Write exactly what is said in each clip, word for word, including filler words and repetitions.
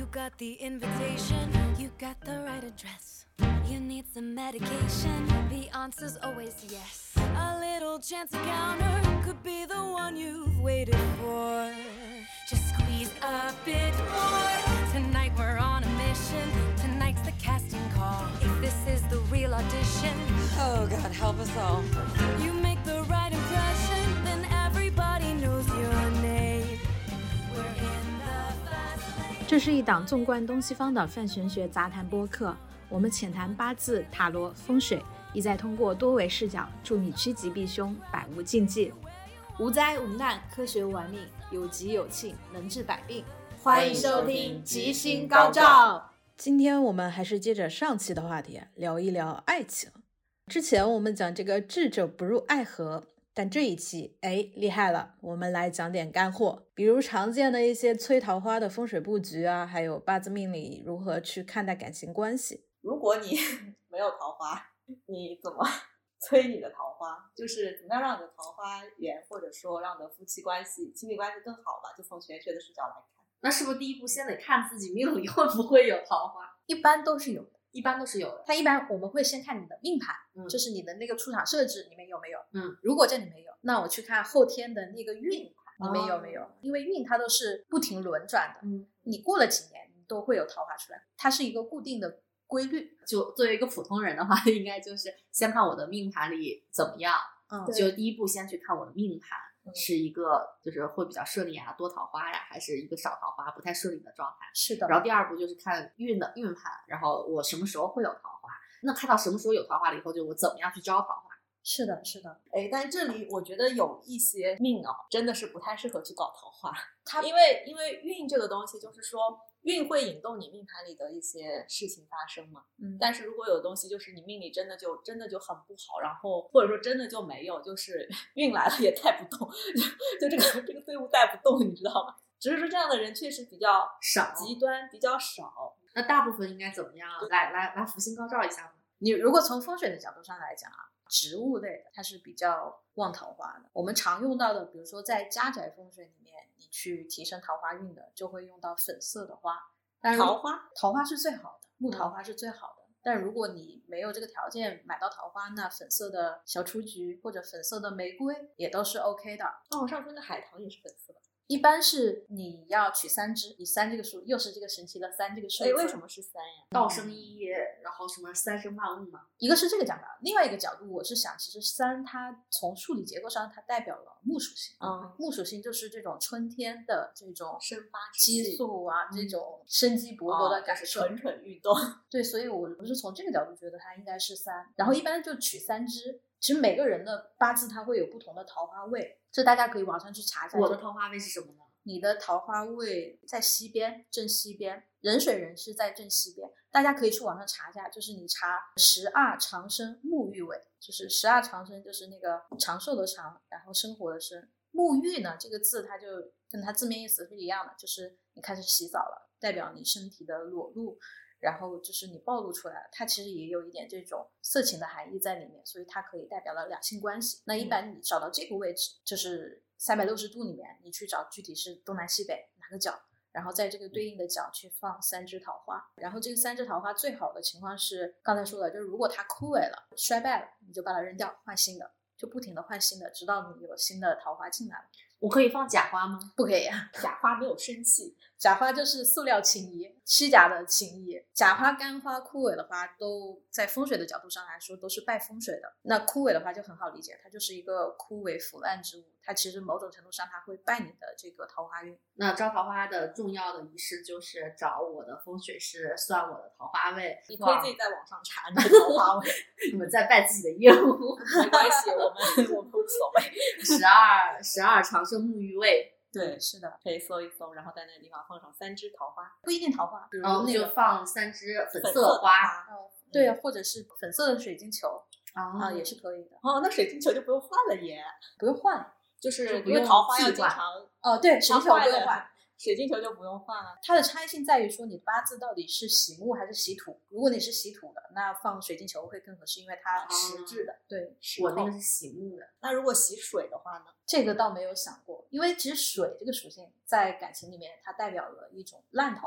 You got the invitation, you got the right address. You need some medication, the answer's always yes. A little chance encounter could be the one you've waited for. Just squeeze a bit more. Tonight we're on a mission. Tonight's the casting call. If this is the real audition, Oh God, help us all. you make the right impression, then everybody knows your name. We're in the fast lane. 这是一档纵观东西方的泛玄学杂谈播客，我们浅谈八字、塔罗、风水，意在通过多维视角助你趋吉避凶，百无禁忌。无灾无难，科学玩命，有吉有庆，能治百病。欢迎收听吉星高照。今天我们还是接着上期的话题，聊一聊爱情。之前我们讲这个智者不入爱河，但这一期哎厉害了，我们来讲点干货，比如常见的一些催桃花的风水布局啊，还有八字命理如何去看待感情关系。 如果你没有桃花，你怎么催你的桃花？就是怎么样让你的桃花源，或者说让你的夫妻关系、亲密关系更好吧？就从玄学的视角来看， 那是不是第一步先得看自己命里会不会有桃花？ 一般都是有的， 一般都是有的。 它一般我们会先看你的命盘， 嗯就是你的那个出场设置里面有没有。 嗯， 如果这里没有，那我去看后天的那个运盘里面有没有，因为运它都是不停轮转的。 嗯， 你过了几年，你都会有桃花出来，它是一个固定的规律。 就作为一个普通人的话，应该就是先看我的命盘里怎么样。 嗯， 就第一步先去看我的命盘。 嗯是一个就是会比较顺利啊，多桃花呀，还是一个少桃花不太顺利的状态。 是的。 然后第二步就是看运的运盘，然后我什么时候会有桃花，那看到什么时候有桃花了以后，就我怎么样去招桃花。 是的是的。 哎，但这里我觉得有一些命啊，真的是不太适合去搞桃花。 它因为因为运这个东西，就是说运会引动你命盘里的一些事情发生嘛。 嗯， 但是如果有的东西就是你命里真的就真的就很不好，然后或者说真的就没有，就是运来了也带不动，就就这个这个队伍带不动，你知道吗？只是说这样的人确实比较少， 极端比较少。 那大部分应该怎么样？来来来，福星高照一下吧。 你如果从风水的角度上来讲啊，植物类的它是比较旺桃花的。我们常用到的，比如说在家宅风水里面，你去提升桃花运的，就会用到粉色的花。但桃花， 桃花是最好的，木桃花是最好的。嗯，但如果你没有这个条件买到桃花，那粉色的小雏菊或者粉色的玫瑰也都是 OK 的。 哦，我上说那海棠也是粉色的。 一般是你要取三支，以三这个数，又是这个神奇的三这个数字。 哎，为什么是三呀？ 道生一，然后什么三生万物嘛。 一个是这个讲法，另外一个角度我是想，其实三它从数理结构上它代表了木属性。 嗯， 木属性就是这种春天的这种生发之气激素啊，这种生机勃勃的感受， 哦，蠢蠢欲动。 对，所以我我是从这个角度觉得它应该是三，然后一般就取三支。其实每个人的八字它会有不同的桃花位，这大家可以网上去查一下。 我的桃花位是什么呢？ 你的桃花位在西边，正西边，壬水人是在正西边，大家可以去网上查一下，就是你查十二长生沐浴位，就是十二长生就是那个长寿的长，然后生活的生。沐浴呢这个字它就跟它字面意思是一样的，就是你开始洗澡了，代表你身体的裸露，然后就是你暴露出来了，它其实也有一点这种色情的含义在里面，所以它可以代表了两性关系。那一般你找到这个位置，就是三百六十度里面你去找具体是东南西北哪个角，然后在这个对应的角去放三枝桃花。然后这个三枝桃花最好的情况是刚才说的，就是如果它枯萎了衰败了，你就把它扔掉换新的，就不停的换新的，直到你有新的桃花进来了。 我可以放假花吗？ 不可以啊， 假花没有生气， 假花就是塑料情谊，虚假的情谊。假花、干花、枯萎的花都在风水的角度上来说都是败风水的。那枯萎的话就很好理解，它就是一个枯萎腐烂之物，它其实某种程度上它会败你的这个桃花运。 那招桃花的重要的仪式就是找我的风水师算我的桃花位。 你可以自己在网上查你的桃花位。 你们在办自己的业务。 没关系，我们我们无所谓。 十二十二长生沐浴位。 对， 是的， 可以搜一搜，然后在那个地方放上三枝桃花， 不一定桃花，比如那个就放三枝粉色花， 哦，对啊，或者是粉色的水晶球啊、 啊，也是可以的。 哦，那水晶球就不用换了耶， 不用换， 就是因为桃花要经常哦，对，水晶球不用换。 水晶球就不用换了。 它的差异性在于说你的八字到底是喜木还是喜土。如果你是喜土的，那放水晶球会更合适，因为它实质的。 哦、 对， 我那个是喜木的。 那如果喜水的话呢？ 这个倒没有想过，因为其实水这个属性在感情里面它代表了一种烂桃花，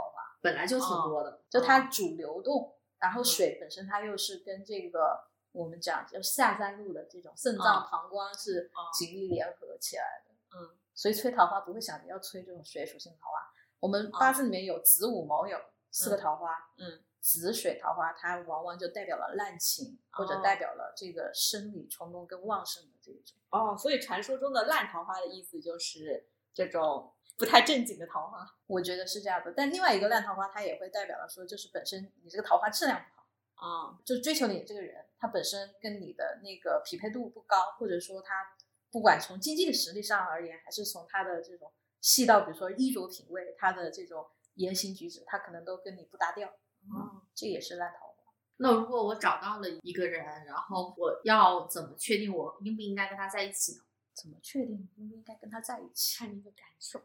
本来就挺多的， 哦、就它主流动，然后水本身它又是跟这个、嗯、我们讲就下三路的这种肾脏、嗯、膀胱是紧密联合起来的。 嗯， 所以吹桃花不会想着要吹这种水属性桃花。我们八字里面有子午卯酉四个桃花， 嗯， 子水桃花它往往就代表了滥情，或者代表了这个生理冲动更旺盛的这种。 哦，所以传说中的烂桃花的意思就是这种不太正经的桃花。 我觉得是这样的，但另外一个烂桃花它也会代表了说，就是本身你这个桃花质量不好啊、嗯， 就追求你这个人他本身跟你的那个匹配度不高，或者说他不管从经济的实力上而言，还是从他的这种细到比如说衣着品味，他的这种言行举止，他可能都跟你不搭调。嗯，这也是烂桃花。 那如果我找到了一个人，然后我要怎么确定我应不应该跟他在一起呢？ 怎么确定应不应该跟他在一起？ 看你的感受。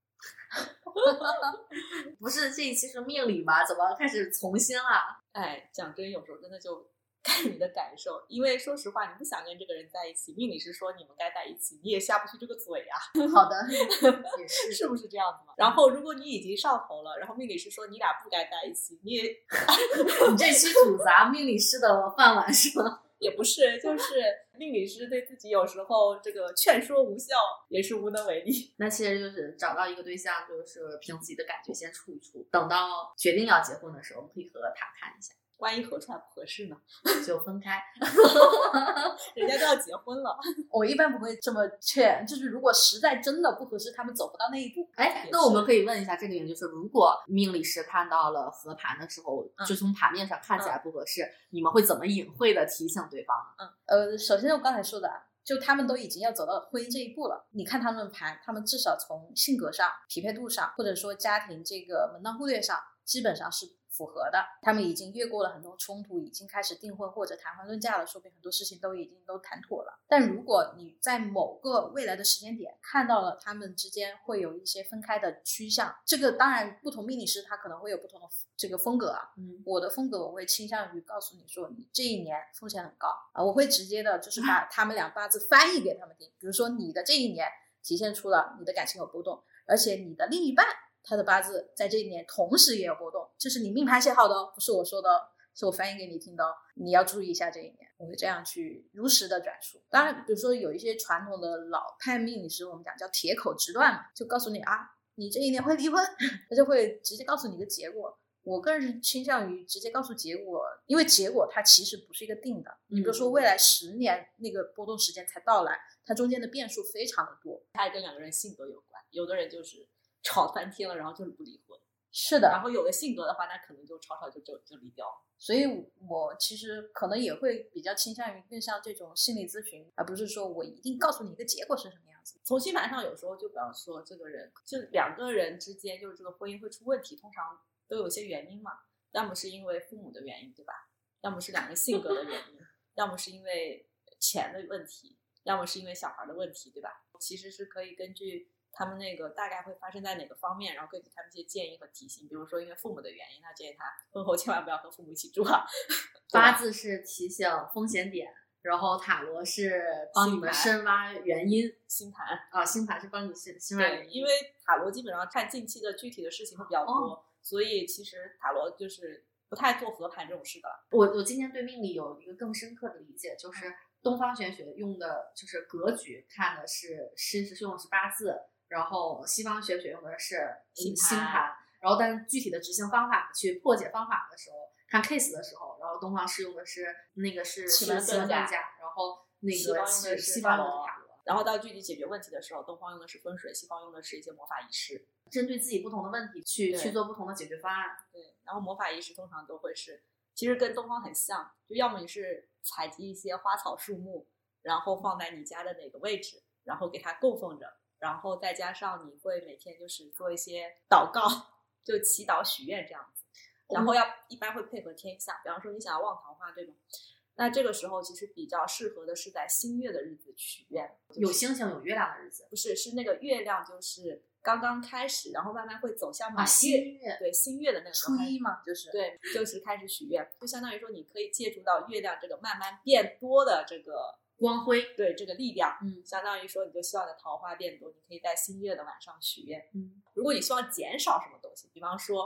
不是这一期是命理吗？怎么开始从心了？ 哎，讲真，有时候真的就看你的感受，因为说实话，你不想跟这个人在一起，命理师说你们该在一起，你也下不去这个嘴啊。 好的，也是， 是不是这样子嘛？然后如果你已经上头了，然后命理师说你俩不该在一起，你也你这期吐砸命理师的饭碗是吗？ 也不是，就是命理师对自己有时候这个劝说无效，也是无能为力。 那其实就是找到一个对象，就是凭自己的感觉先处一处，等到决定要结婚的时候，可以和他看一下。 万一合出来不合适呢？ 就分开。 人家都要结婚了。 我一般不会这么劝，就是如果实在真的不合适，他们走不到那一步。 哎，那我们可以问一下这个人，就是如果命理师看到了合盘的时候，嗯、就从盘面上看起来不合适，嗯、你们会怎么隐晦的提醒对方？ 嗯，呃，首先我刚才说的，就他们都已经要走到婚姻这一步了，你看他们盘，他们至少从性格上、匹配度上，或者说家庭这个门当户对上，基本上是符合的，他们已经越过了很多冲突，已经开始订婚或者谈婚论嫁了，说不定很多事情都已经都谈妥了。但如果你在某个未来的时间点看到了他们之间会有一些分开的趋向，这个当然不同命理师他可能会有不同的这个风格啊。嗯，我的风格我会倾向于告诉你说，你这一年风险很高啊，我会直接的就是把他们俩八字翻译给他们听，比如说你的这一年体现出了你的感情有波动，而且你的另一半他的八字在这一年同时也有波动，这是你命盘写好的哦，不是我说的哦，是我翻译给你听的哦，你要注意一下这一年。我会这样去如实的转述。当然比如说有一些传统的老派命理师，我们讲叫铁口直断嘛，就告诉你啊，你这一年会离婚，他就会直接告诉你一个结果。我个人是倾向于直接告诉结果，因为结果它其实不是一个定的，你比如说未来十年那个波动时间才到来，它中间的变数非常的多， 它还跟两个人性格有关，有的人就是吵翻天了，然后就是不离婚。 是的， 然后有的性格的话，那可能就吵吵就就就离掉了。 所以我其实可能也会比较倾向于更像这种心理咨询，而不是说我一定告诉你一个结果是什么样子。 从星盘上有时候就比方说这个人，就两个人之间就是这个婚姻会出问题，通常都有一些原因嘛，要么是因为父母的原因，对吧？要么是两个性格的原因，要么是因为钱的问题，要么是因为小孩的问题，对吧？其实是可以根据他们那个大概会发生在哪个方面，然后给他们一些建议和提醒。比如说因为父母的原因，那建议他婚后千万不要和父母一起住啊。 八字是提醒风险点，然后塔罗是帮你们深挖原因。 星盘啊，星盘是帮你深深挖原因。 因为塔罗基本上看近期的具体的事情会比较多，哦、所以其实塔罗就是不太做合盘这种事的了。 我我今天对命理有一个更深刻的理解，就是东方玄学用的就是格局看的是是是用的是八字。然后西方学学用的是星盘，然后但具体的执行方法去破解方法的时候，看 case 的时候，然后东方是用的是那个是奇门遁甲， 然后那个是西方用的是塔罗， 然后到具体解决问题的时候，东方用的是风水，西方用的是一些魔法仪式， 针对自己不同的问题去去做不同的解决方案。 对，然后魔法仪式通常都会是，其实跟东方很像，就要么你是采集一些花草树木，然后放在你家的哪个位置，然后给它供奉着。然后再加上你会每天就是做一些祷告，就祈祷许愿这样子，然后要一般会配合天象，比方说你想要旺桃花对吗？那这个时候其实比较适合的是在新月的日子许愿， 就是、有星星有月亮的日子， 不是是那个月亮就是刚刚开始，然后慢慢会走向满月， 啊、新月对新月的那个时候初一嘛，就是对，就是开始许愿，就相当于说你可以借助到月亮这个慢慢变多的这个。 光辉， 对这个力量， 嗯， 相当于说你就希望你的桃花变多，你可以在新月的晚上许愿。 嗯， 如果你希望减少什么东西，比方说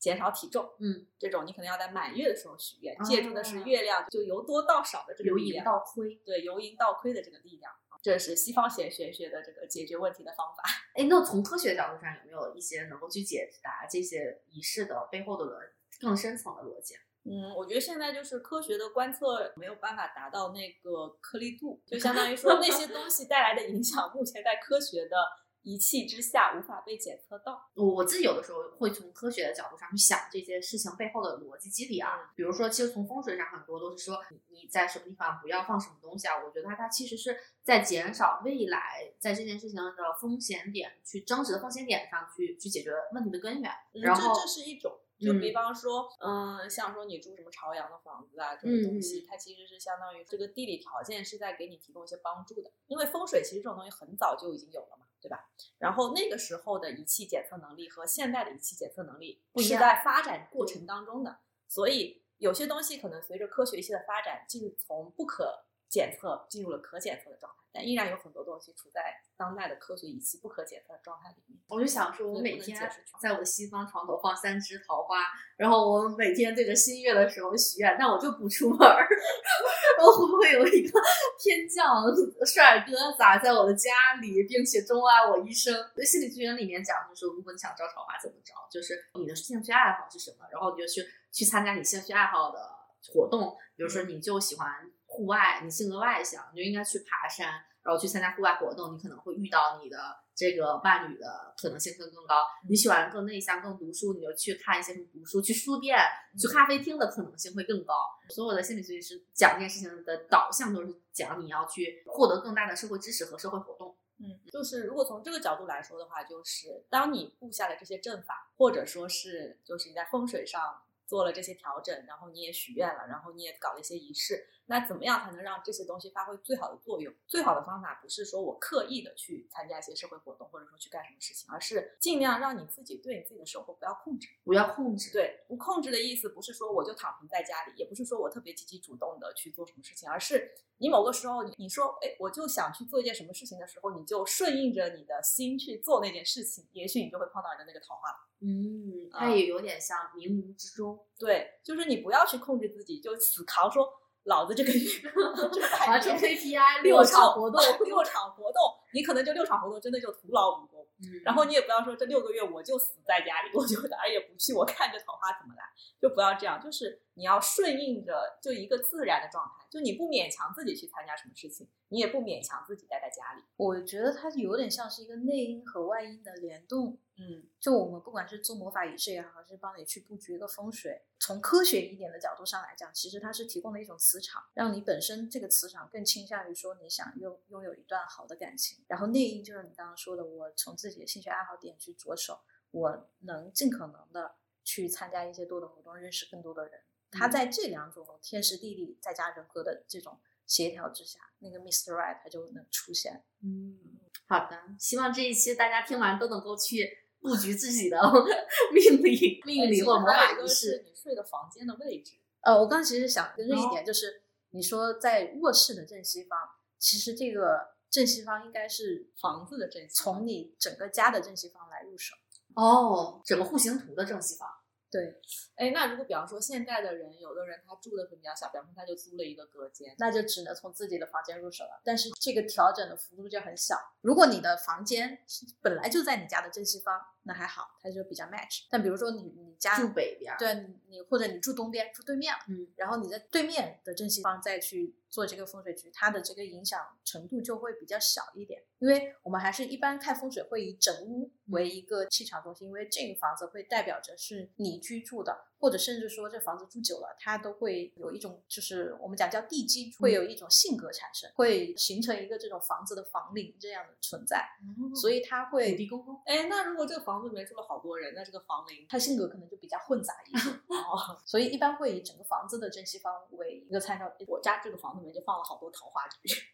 减少体重， 嗯， 这种你可能要在满月的时候许愿，哦、借助的是月亮就由多到少的这个由力量， 盈到亏， 对，由盈到亏的这个力量，这是西方玄玄学的这个解决问题的方法。 哎，那从科学角度上有没有一些能够去解答这些仪式的背后的逻更深层的逻辑？ 嗯，我觉得现在就是科学的观测没有办法达到那个颗粒度，就相当于说那些东西带来的影响，目前在科学的仪器之下无法被检测到。 我自己有的时候会从科学的角度上去想这些事情背后的逻辑机理啊，嗯、比如说，其实从风水上很多都是说你在什么地方不要放什么东西啊。我觉得它它其实是在减少未来在这件事情的风险点去争执的风险点上去去解决问题的根源。 嗯、 然后这这是一种。就比方说，嗯、呃，像说你住什么朝阳的房子啊，这种东西，嗯、它其实是相当于这个地理条件是在给你提供一些帮助的。因为风水其实这种东西很早就已经有了嘛，对吧？然后那个时候的仪器检测能力和现在的仪器检测能力是在发展过程当中的，所以有些东西可能随着科学仪器的发展，进从不可检测进入了可检测的状态，但依然有很多东西处在当代的科学仪器不可检测的状态里面。 我就想说，我每天在我的西方床头放三枝桃花，然后我每天对着新月的时候许愿，但我就不出门儿。然后会不会有一个天降帅哥砸在我的家里，并且钟爱我一生？对，心理咨询里面讲，就是如果你想招桃花怎么招，就是你的兴趣爱好是什么，然后你就去去参加你兴趣爱好的活动，比如说你就喜欢户外，你性格外向，你就应该去爬山，然后去参加户外活动，你可能会遇到你的这个伴侣的可能性会更高。你喜欢更内向更读书，你就去看一些读书，去书店去咖啡厅的可能性会更高。所有的心理咨询师讲这件事情的导向都是讲你要去获得更大的社会知识和社会活动。 嗯，就是如果从这个角度来说的话，就是当你布下了这些阵法，或者说是就是你在风水上做了这些调整，然后你也许愿了，然后你也搞了一些仪式，那怎么样才能让这些东西发挥最好的作用？最好的方法不是说我刻意的去参加一些社会活动，或者说去干什么事情，而是尽量让你自己对你自己的生活不要控制， 不要控制。 对，不控制的意思不是说我就躺平在家里，也不是说我特别积极主动的去做什么事情，而是你某个时候你说，哎，我就想去做一件什么事情的时候，你就顺应着你的心去做那件事情，也许你就会碰到你的那个桃花了。 嗯，它也有点像冥冥之中。 对，就是你不要去控制自己，就死扛说老子这个月完成 K P I 六场活动， 六场活动，你可能就六场活动真的就徒劳无功。嗯，然后你也不要说这六个月我就死在家里，我就哪儿也不去，我看着桃花怎么来，就不要这样。就是你要顺应着就一个自然的状态，就你不勉强自己去参加什么事情，你也不勉强自己待在家里。 我觉得它有点像是一个内因和外因的联动。 嗯， 就我们不管是做魔法仪式也好，还是帮你去布局一个风水，从科学一点的角度上来讲，其实它是提供了一种磁场，让你本身这个磁场更倾向于说你想拥拥有一段好的感情。然后内因就是你刚刚说的，我从自己的兴趣爱好点去着手，我能尽可能的去参加一些多的活动，认识更多的人。它在这两种天时地利再加人和的这种协调之下，那个 mister Right 它就能出现。 嗯，好的，希望这一期大家听完都能够去布局自己的命理、命理或魔法仪式。 你睡的房间的位置。 呃，我刚刚其实想跟这一点，就是你说在卧室的正西方，其实这个正西方应该是房子的正西方，从你整个家的正西方来入手。 哦，整个户型图的正西方。 对， 哎，那如果比方说现在的人，有的人他住的比较小，比方说他就租了一个隔间， 那就只能从自己的房间入手了。但是这个调整的幅度就很小。如果你的房间本来就在你家的正西方，那还好，它就比较 match。但比如说你你家住北边， 对，你你或者你住东边，住对面， 嗯， 然后你在对面的正西方再去做这个风水局，它的这个影响程度就会比较小一点。因为我们还是一般看风水会以整屋为一个气场中心，因为这个房子会代表着是你居住的，或者甚至说这房子住久了，它都会有一种就是我们讲叫地基，会有一种性格产生，会形成一个这种房子的房龄这样的存在。嗯，所以它会土地公公。 哎，那如果这个房子里面住了好多人，那这个房龄它性格可能就比较混杂一些。哦，所以一般会以整个房子的正西方为一个参照。 我家这个房子里面就放了好多桃花菊。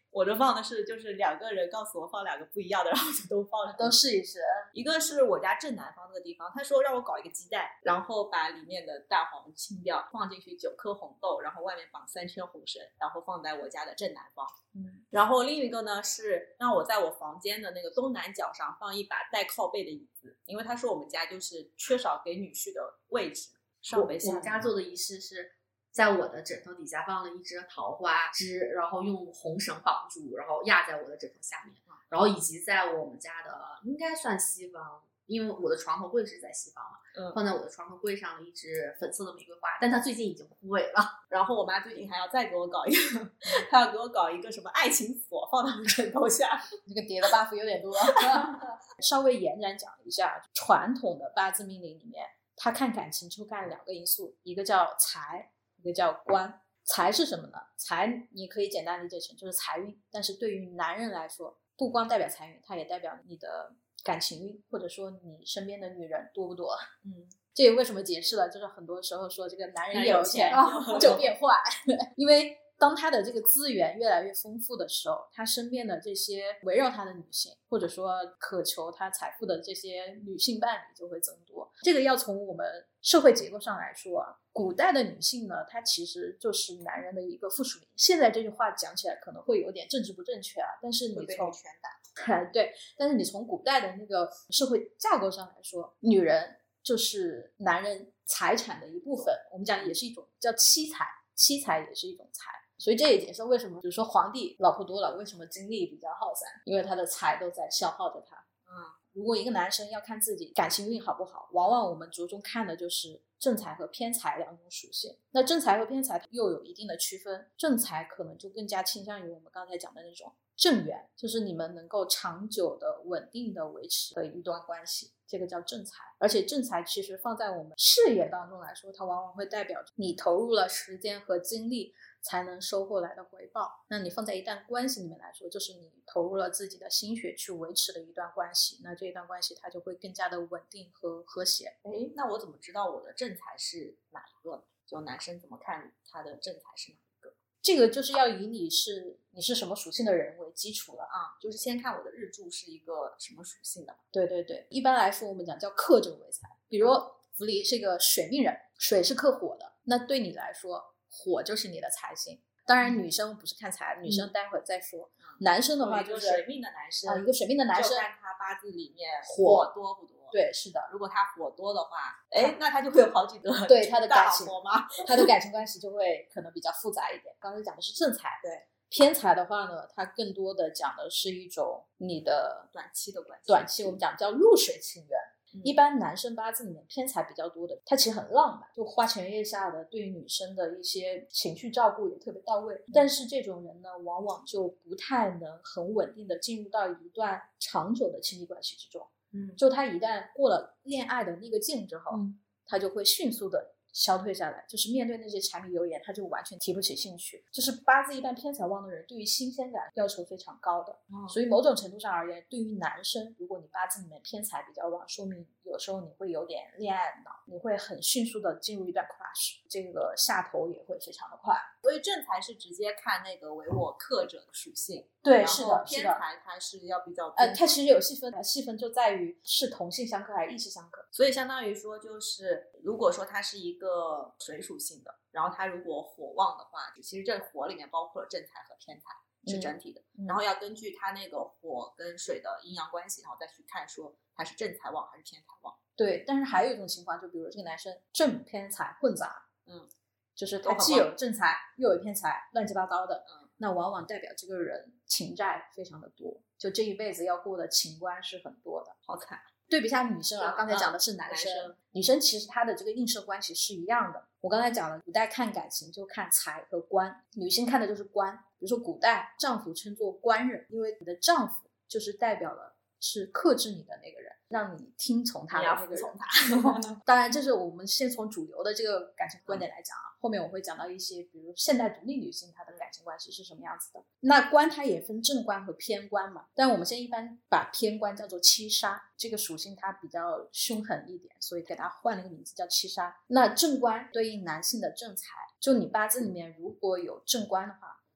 我就放的是就是两个人告诉我放两个不一样的，然后就都放上都试一试。 一个是我家正南方那个地方，他说让我搞一个鸡蛋，然后把里面的蛋黄清掉，放进去九颗红豆，然后外面绑三圈红绳，然后放在我家的正南方。 嗯， 然后另一个呢是让我在我房间的那个东南角上放一把带靠背的椅子，因为他说我们家就是缺少给女婿的位置，上背下我们家做的仪式是在我的枕头底下放了一只桃花枝，然后用红绳绑住，然后压在我的枕头下面，然后以及在我们家的应该算西方，因为我的床头柜是在西方嘛， 嗯， 放在我的床头柜上了一只粉色的玫瑰花，但它最近已经枯萎了。 然后我妈最近还要再给我搞一个，她要给我搞一个什么爱情锁放到枕头下， 这个叠的 buff 有点多。稍微延展讲一下，传统的八字命令里面，他看感情就看两个因素，一个叫财，一个叫官。财是什么呢？财你可以简单理解成就是财运，但是对于男人来说，不光代表财运，它也代表你的感情运，或者说你身边的女人多不多。 嗯， 这也为什么解释了，就是很多时候说这个男人有钱有就变坏，因为当他的这个资源越来越丰富的时候，他身边的这些围绕他的女性，或者说渴求他财富的这些女性伴侣就会增多。这个要从我们社会结构上来说啊，古代的女性呢，她其实就是男人的一个附属品。现在这句话讲起来可能会有点政治不正确啊，但是你从拳打对，但是你从古代的那个社会架构上来说，女人就是男人财产的一部分，我们讲也是一种叫妻财，妻财也是一种财。所以这也解释为什么比如说皇帝老婆多了，为什么精力比较耗散，因为他的财都在消耗着他。 嗯， 如果一个男生要看自己感情运好不好，往往我们着重看的就是正财和偏财两种属性。那正财和偏财又有一定的区分，正财可能就更加倾向于我们刚才讲的那种正缘，就是你们能够长久的稳定的维持的一段关系，这个叫正财。而且正财其实放在我们事业当中来说，它往往会代表你投入了时间和精力才能收获来的回报。那你放在一段关系里面来说，就是你投入了自己的心血去维持的一段关系，那这一段关系它就会更加的稳定和和谐。 诶，那我怎么知道我的正财是哪一个呢？就男生怎么看他的正财是哪一个？ 这个就是要以你是你是什么属性的人为基础了啊， 就是先看我的日柱是一个什么属性的。 对对对，一般来说我们讲叫克正为财。比如福利是一个水命人，水是克火的，那对你来说火就是你的财星。当然女生不是看财，女生待会儿再说。嗯、男生的话就是水命的男生、 啊、一个水命的男生就看他八字里面火多不多。 对，是的， 如果他火多的话，哎，那他就会有好几个对他的感情吗？ 他的感情关系就会可能比较复杂一点。刚才讲的是正财， 对。 偏财的话呢，它更多的讲的是一种你的短期的关系， 短期我们讲叫露水情缘。嗯、一般男生八字里面偏财比较多的，他其实很浪漫，就花前月下的对于女生的一些情绪照顾也特别到位。嗯、但是这种人呢，往往就不太能很稳定的进入到一段长久的亲密关系之中。嗯，就他一旦过了恋爱的那个劲之后，嗯，他就会迅速的消退下来，就是面对那些柴米油盐他就完全提不起兴趣。就是八字一般偏财旺的人对于新鲜感要求非常高的、哦、所以某种程度上而言，对于男生如果你八字里面偏财比较旺，说明有时候你会有点恋爱脑，你会很迅速的进入一段 crush， 这个下头也会非常的快。 所以正财是直接看那个为我克者的属性， 对，是的， 偏财它是要比较呃，它其实有细分，细分就在于是同性相克还是异性相克。 所以相当于说就是如果说它是一个水属性的，然后它如果火旺的话，其实这火里面包括了正财和偏财是整体的、嗯、然后要根据它那个火跟水的阴阳关系，然后再去看说它是正财旺还是偏财旺。 对，但是还有一种情况，就比如这个男生正偏财混杂， 嗯， 就是他既有正财又有偏财，乱七八糟的，嗯，那往往代表这个人情债非常的多，就这一辈子要过的情关是很多的， 好惨。 对比下女生啊，刚才讲的是男生、嗯、男生女生其实她的这个映射关系是一样的。我刚才讲了，古代看感情就看财和官，女性看的就是官。比如说古代丈夫称作官人，因为你的丈夫就是代表了是克制你的那个人，让你听从他的那个人。当然这是我们先从主流的这个感情观点来讲啊，后面我会讲到一些比如现代独立女性她的感情关系是什么样子的。那官它也分正官和偏官嘛，但我们现在一般把偏官叫做七杀，这个属性它比较凶狠一点，所以给它换了一个名字叫七杀。那正官对应男性的正财，就你八字里面如果有正官的话，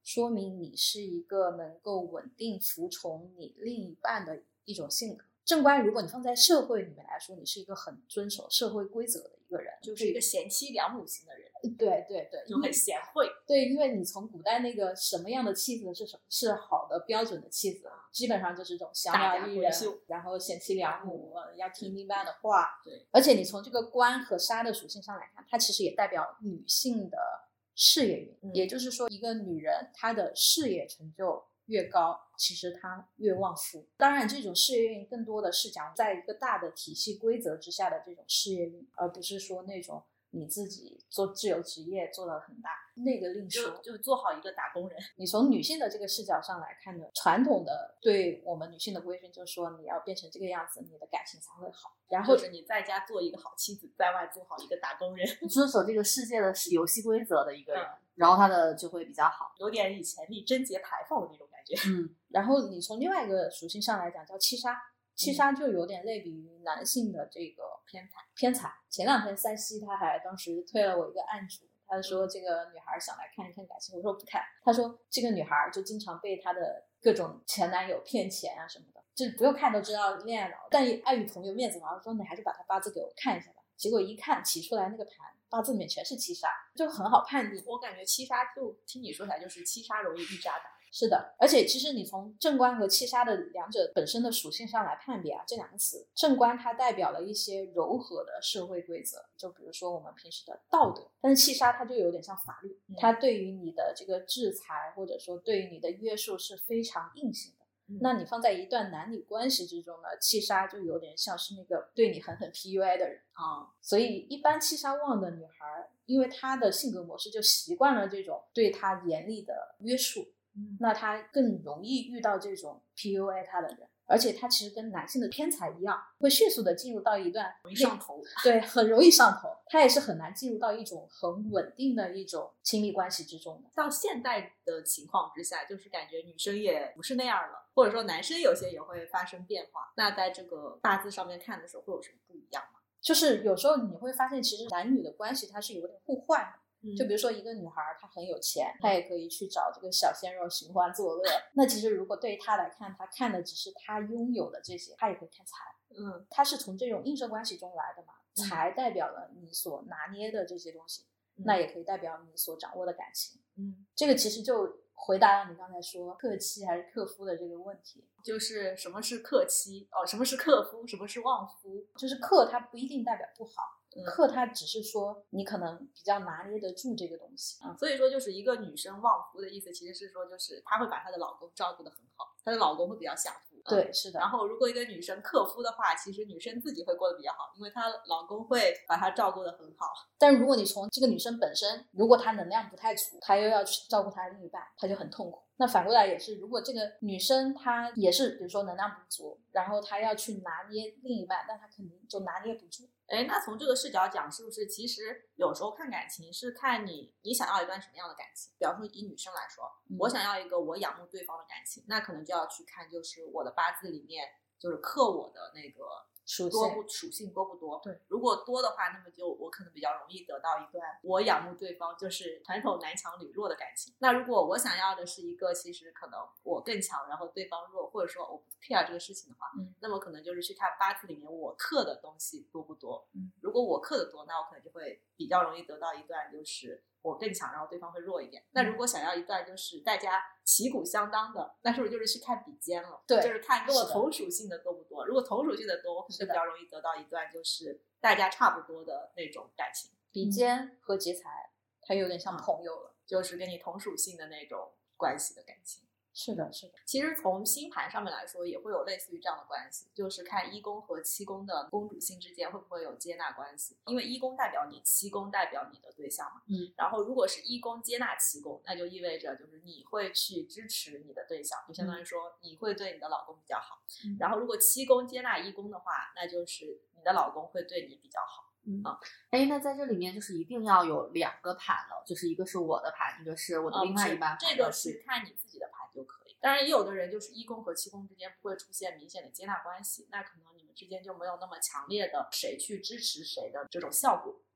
说明你是一个能够稳定服从你另一半的一种性格。正官如果你放在社会里面来说，你是一个很遵守社会规则的一个人， 就是一个贤妻良母型的人。 对对对， 就很贤惠。 对，因为你从古代那个什么样的妻子是什么是好的标准的妻子，基本上就是这种小鸟依人，然后贤妻良母，要听另一半的话。 对， 而且你从这个官和杀的属性上来看，它其实也代表女性的事业运、嗯、也就是说一个女人她的事业成就越高，其实她越旺夫。当然这种事业运更多的是讲在一个大的体系规则之下的这种事业运，而不是说那种你自己做自由职业做得很大，那个另说， 就, 就做好一个打工人。 你从女性的这个视角上来看呢，传统的对我们女性的规训就是说你要变成这个样子，你的感情才会好。然后就是你在家做一个好妻子，在外做好一个打工人， 遵守这个世界的游戏规则的一个人、嗯、然后他的就会比较好， 有点以前立贞节牌坊的那种感觉。 嗯，然后你从另外一个属性上来讲叫七杀，七杀就有点类比于男性的这个偏财。 偏财。前两天三西他还当时推了我一个案主，他说这个女孩想来看一看感情，我说不看。他说这个女孩就经常被她的各种前男友骗钱啊什么的，就不用看都知道恋爱脑，但碍于朋友面子嘛，说你还是把她八字给我看一下吧。结果一看起出来那个盘八字里面全是七杀，就很好判定。 我感觉七杀就听你说起来就是七杀容易遇渣男。 是的，而且其实你从正官和七杀的两者本身的属性上来判别啊，这两个词，正官它代表了一些柔和的社会规则，就比如说我们平时的道德，但是七杀它就有点像法律，它对于你的这个制裁或者说对于你的约束是非常硬性的。嗯、那你放在一段男女关系之中呢，七杀就有点像是那个对你狠狠 P U A 的人啊、嗯。所以一般七杀旺的女孩，因为她的性格模式就习惯了这种对她严厉的约束，嗯、那她更容易遇到这种 P U A 她的人。而且他其实跟男性的偏财一样，会迅速的进入到一段容易上头， 对，很容易上头。他也是很难进入到一种很稳定的一种亲密关系之中的。 到现代的情况之下，就是感觉女生也不是那样了，或者说男生有些也会发生变化。那在这个八字上面看的时候，会有什么不一样吗？ 就是有时候你会发现，其实男女的关系它是有点互换的。就比如说一个女孩她很有钱，她也可以去找这个小鲜肉寻欢作乐，那其实如果对于她来看，她看的只是她拥有的这些，她也可以看财。嗯，她是从这种映射关系中来的嘛，财代表了你所拿捏的这些东西、嗯、那也可以代表你所掌握的感情。嗯，这个其实就回答了你刚才说克妻还是克夫的这个问题， 就是什么是克妻哦，什么是克夫，什么是旺夫。 就是克它不一定代表不好，克它只是说你可能比较拿捏得住这个东西、 嗯、所以说就是一个女生旺夫的意思其实是说就是她会把她的老公照顾得很好，她的老公会比较享福。 对、嗯、是的。 然后如果一个女生克夫的话，其实女生自己会过得比较好，因为她老公会把她照顾得很好。 但如果你从这个女生本身，如果她能量不太足，她又要去照顾她的另一半，她就很痛苦。那反过来也是，如果这个女生她也是比如说能量不足，然后她要去拿捏另一半，但她肯定就拿捏不住。 哎，那从这个视角讲，是不是其实有时候看感情是看你你想要一段什么样的感情？比方说以女生来说、嗯、我想要一个我仰慕对方的感情，那可能就要去看就是我的八字里面就是克我的那个属多不属性多不多。 对， 如果多的话，那么就我可能比较容易得到一段我仰慕对方就是传统男强女弱的感情。那如果我想要的是一个其实可能我更强然后对方弱，或者说我不 care 这个事情的话、嗯、那么可能就是去看八字里面我克的东西多不多、嗯、如果我克的多，那我可能就会比较容易得到一段就是我更强然后对方会弱一点。那如果想要一段就是大家旗鼓相当的，那是不是就是去看比肩了？ 对， 就是看跟我同属性的多不多。如果同属性的多，我可能就比较容易得到一段就是大家差不多的那种感情。 比肩和劫财它有点像朋友了、 嗯、就是跟你同属性的那种关系的感情。 是的是的。 其实从星盘上面来说也会有类似于这样的关系，就是看一宫和七宫的宫主星之间会不会有接纳关系。因为一宫代表你，七宫代表你的对象嘛。嗯。然后如果是一宫接纳七宫，那就意味着就是你会去支持你的对象，就相当于说你会对你的老公比较好。嗯。然后如果七宫接纳一宫的话，那就是你的老公会对你比较好。 嗯啊，哎，那在这里面就是一定要有两个盘了，就是一个是我的盘，一个是我的另外一半盘、 嗯、这个是看你自己的盘就可以。当然也有的人就是一宫和七宫之间不会出现明显的接纳关系，那可能你们之间就没有那么强烈的谁去支持谁的这种效果。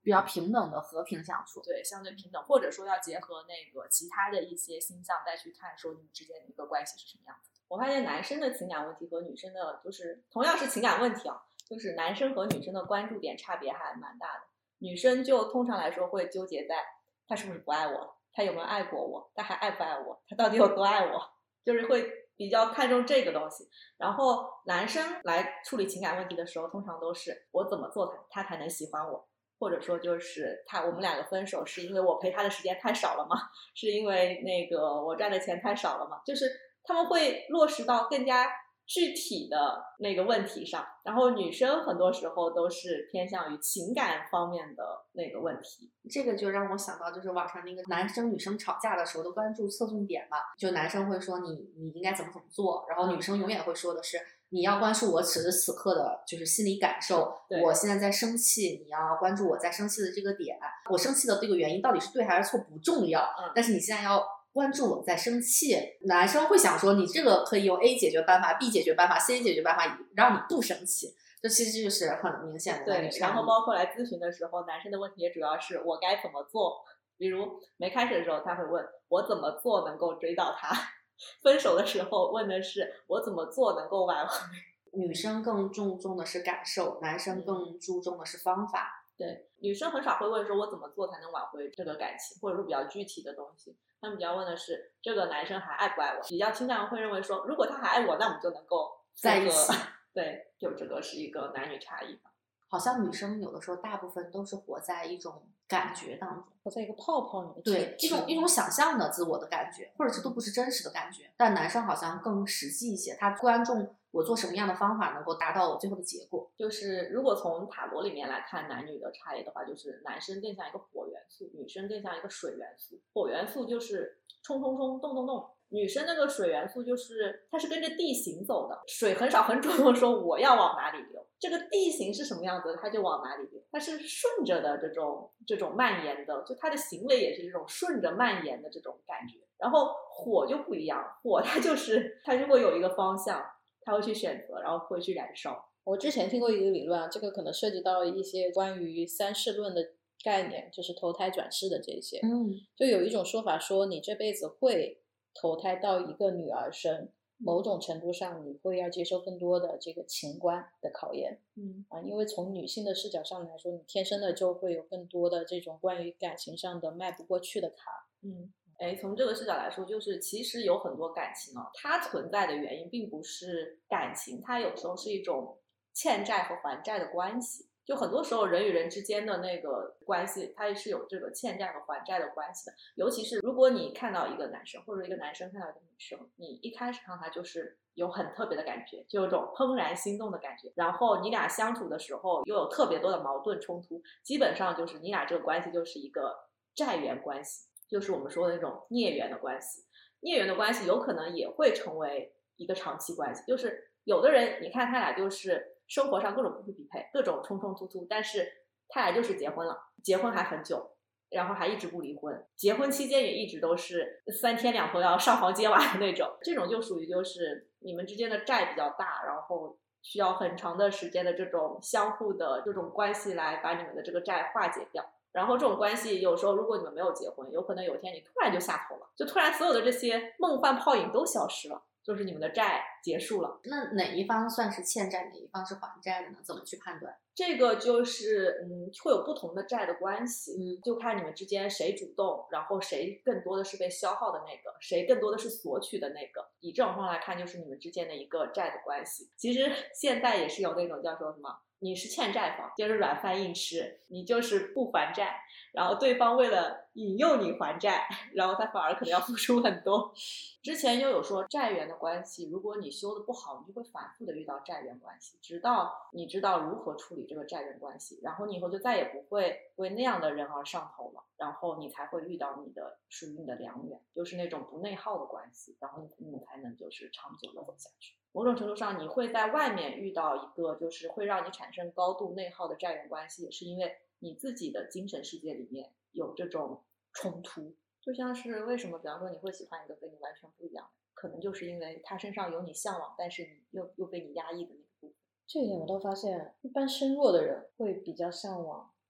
比较平等的和平相处。 对，相对平等，或者说要结合那个其他的一些星象再去看，说你们之间的一个关系是什么样子。我发现男生的情感问题和女生的，就是同样是情感问题啊，就是男生和女生的关注点差别还蛮大的。女生就通常来说会纠结在他是不是不爱我，他有没有爱过我，他还爱不爱我，他到底有多爱我，就是会比较看重这个东西。然后男生来处理情感问题的时候，通常都是我怎么做他他才能喜欢我，或者说就是他我们两个分手是因为我陪他的时间太少了吗？是因为那个我赚的钱太少了吗？就是他们会落实到更加具体的那个问题上，然后女生很多时候都是偏向于情感方面的那个问题。 这个就让我想到，就是网上那个男生女生吵架的时候的关注侧重点嘛，就男生会说你你应该怎么怎么做，然后女生永远会说的是你要关注我此时此刻的就是心理感受，我现在在生气，你要关注我在生气的这个点，我生气的这个原因到底是对还是错不重要， 嗯、 但是你现在要关注我在生气。男生会想说你这个可以用 A 解决办法 B 解决办法 C 解决办法让你不生气，这其实就是很明显的男女差异。 对，然后包括来咨询的时候，男生的问题也主要是我该怎么做，比如没开始的时候他会问我怎么做能够追到他，分手的时候问的是我怎么做能够挽回。 女生更注重的是感受，男生更注重的是方法。 对，女生很少会问说我怎么做才能挽回这个感情，或者说比较具体的东西。他们比较问的是这个男生还爱不爱我，比较倾向会认为说如果他还爱我，那我们就能够在一起。 对，就这个是一个男女差异吧。 好像女生有的时候大部分都是活在一种感觉当中， 活在一个泡泡里面， 对，一种一种想象的自我的感觉，或者这都不是真实的感觉。但男生好像更实际一些，他关注我做什么样的方法能够达到我最后的结果。 就是如果从塔罗里面来看男女的差异的话，就是男生更像一个火元素，女生更像一个水元素。火元素就是冲冲冲动动动，女生那个水元素就是它是跟着地形走的，水很少很主动说我要往哪里流，这个地形是什么样子它就往哪里流，它是顺着的这种这种蔓延的，就它的行为也是这种顺着蔓延的这种感觉。然后火就不一样，火它就是它如果有一个方向它会去选择，然后会去燃烧。 我之前听过一个理论啊，这个可能涉及到一些关于三世论的概念，就是投胎转世的这些。 嗯， 就有一种说法说你这辈子会投胎到一个女儿身，某种程度上你会要接受更多的这个情关的考验。 嗯啊，因为从女性的视角上来说，你天生的就会有更多的这种关于感情上的迈不过去的坎。 嗯，哎，从这个视角来说，就是其实有很多感情啊，它存在的原因并不是感情，它有时候是一种欠债和还债的关系。就很多时候人与人之间的那个关系，它是有这个欠债和还债的关系的。尤其是如果你看到一个男生，或者一个男生看到一个女生，你一开始看他就是有很特别的感觉，就有种怦然心动的感觉，然后你俩相处的时候又有特别多的矛盾冲突，基本上就是你俩这个关系就是一个债缘关系，就是我们说的那种孽缘的关系。孽缘的关系有可能也会成为一个长期关系，就是有的人你看他俩就是生活上各种不匹配，各种冲冲突突，但是他俩就是结婚了，结婚还很久，然后还一直不离婚，结婚期间也一直都是三天两头要上房揭瓦的那种。这种就属于就是你们之间的债比较大，然后需要很长的时间的这种相互的这种关系来把你们的这个债化解掉。然后这种关系有时候如果你们没有结婚，有可能有一天你突然就下头了，就突然所有的这些梦幻泡影都消失了，就是你们的债结束了。 那哪一方算是欠债，哪一方是还债的呢？怎么去判断？ 这个就是嗯，会有不同的债的关系，嗯，就看你们之间谁主动，然后谁更多的是被消耗的那个，谁更多的是索取的那个。以这种方来看，就是你们之间的一个债的关系。其实现在也是有那种叫做什么，你是欠债方，就是软饭硬吃，你就是不还债，然后对方为了引诱你还债，然后他反而可能要付出很多。之前又有说债缘的关系，如果你修的不好，你就会反复的遇到债缘关系，直到你知道如何处理这个债缘关系，然后你以后就再也不会为那样的人而上头了，然后你才会遇到你的属于你的良缘，就是那种不内耗的关系，然后你们才能就是长久的走下去。某种程度上你会在外面遇到一个就是会让你产生高度内耗的债缘关系，也是因为你自己的精神世界里面有这种冲突。就像是为什么比方说你会喜欢一个跟你完全不一样的，可能就是因为他身上有你向往但是你又又被你压抑的那个部分。 这一点我倒发现一般身弱的人会比较向往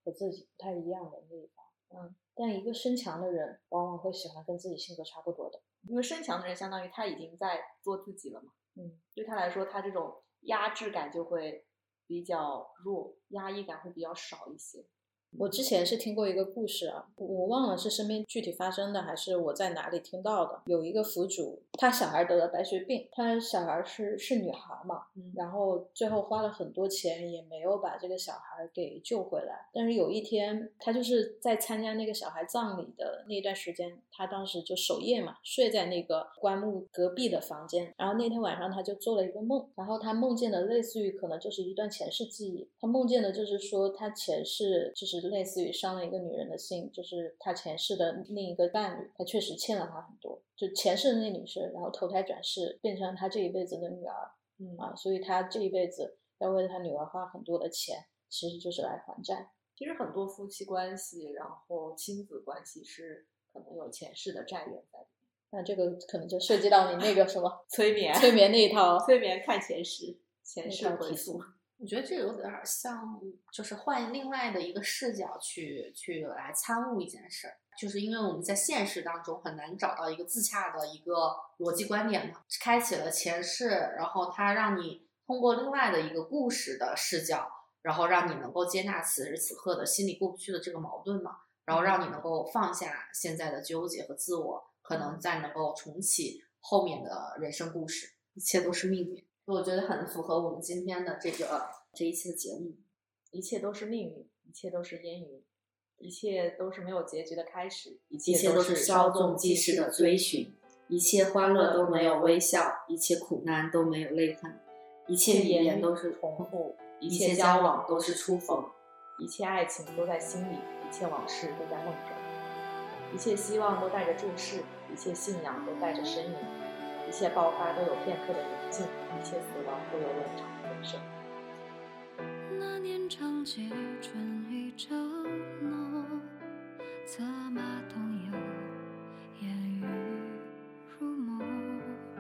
和自己不太一样的地方。嗯，但一个身强的人往往会喜欢跟自己性格差不多的， 因为身强的人相当于他已经在做自己了嘛。 嗯， 对他来说，他这种压制感就会比较弱，压抑感会比较少一些。 我之前是听过一个故事啊，我忘了是身边具体发生的还是我在哪里听到的。有一个府主，他小孩得了白血病，他小孩是是女孩嘛，嗯，然后最后花了很多钱也没有把这个小孩给救回来。但是有一天，他就是在参加那个小孩葬礼的那段时间，他当时就守夜嘛，睡在那个棺木隔壁的房间。然后那天晚上他就做了一个梦，然后他梦见的类似于可能就是一段前世记忆。他梦见的就是说他前世就是类似于伤了一个女人的心，就是他前世的另一个伴侣，他确实欠了他很多，就前世的那女生，然后投胎转世变成他这一辈子的女儿，嗯啊，所以他这一辈子要为他女儿花很多的钱，其实就是来还债。 其实很多夫妻关系，然后亲子关系是可能有前世的债缘在里面。 那这个可能就涉及到你那个什么催眠， 催眠那一套， 催眠看前世，前世回溯。 我觉得这有点像，就是换另外的一个视角去去来参悟一件事，就是因为我们在现实当中很难找到一个自洽的一个逻辑观点嘛，开启了前世，然后它让你通过另外的一个故事的视角，然后让你能够接纳此时此刻的心里过不去的这个矛盾嘛，然后让你能够放下现在的纠结和自我，可能再能够重启后面的人生故事，一切都是命运。我觉得很符合我们今天的这个这一期的节目。 一切都是命运，一切都是烟云，一切都是没有结局的开始，一切都是稍纵即逝的追寻，一切欢乐都没有微笑，一切苦难都没有泪痕，一切语言都是重复，一切交往都是初逢， 一切爱情都在心里，一切往事都在梦中，一切希望都带着注视，一切信仰都带着呻吟，一切爆发都有片刻的宁静，一切死亡都有冗长的人生。 那年长街春意正浓，策马同游，烟雨如梦。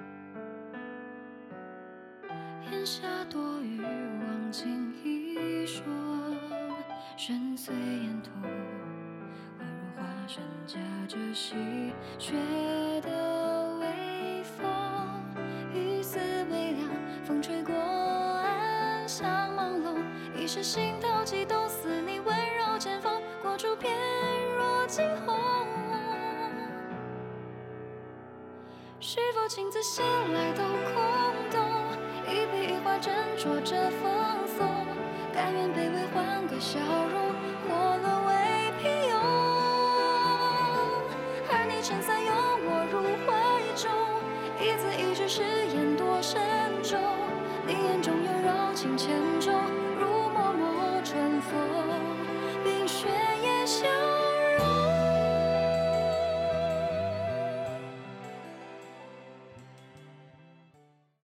檐下多雨，忘情一双，深邃眼头，宛如华山夹着细雪的微风，一丝微凉，风吹过岸上朦胧，一时心头悸动，似你温柔前锋，过处翩若惊鸿。是否情字写来都空洞，一笔一画斟酌着放松，甘愿卑微换个笑容，或沦为平庸。而你撑伞拥我入怀中，一字一句誓言多慎重，你眼中有柔情且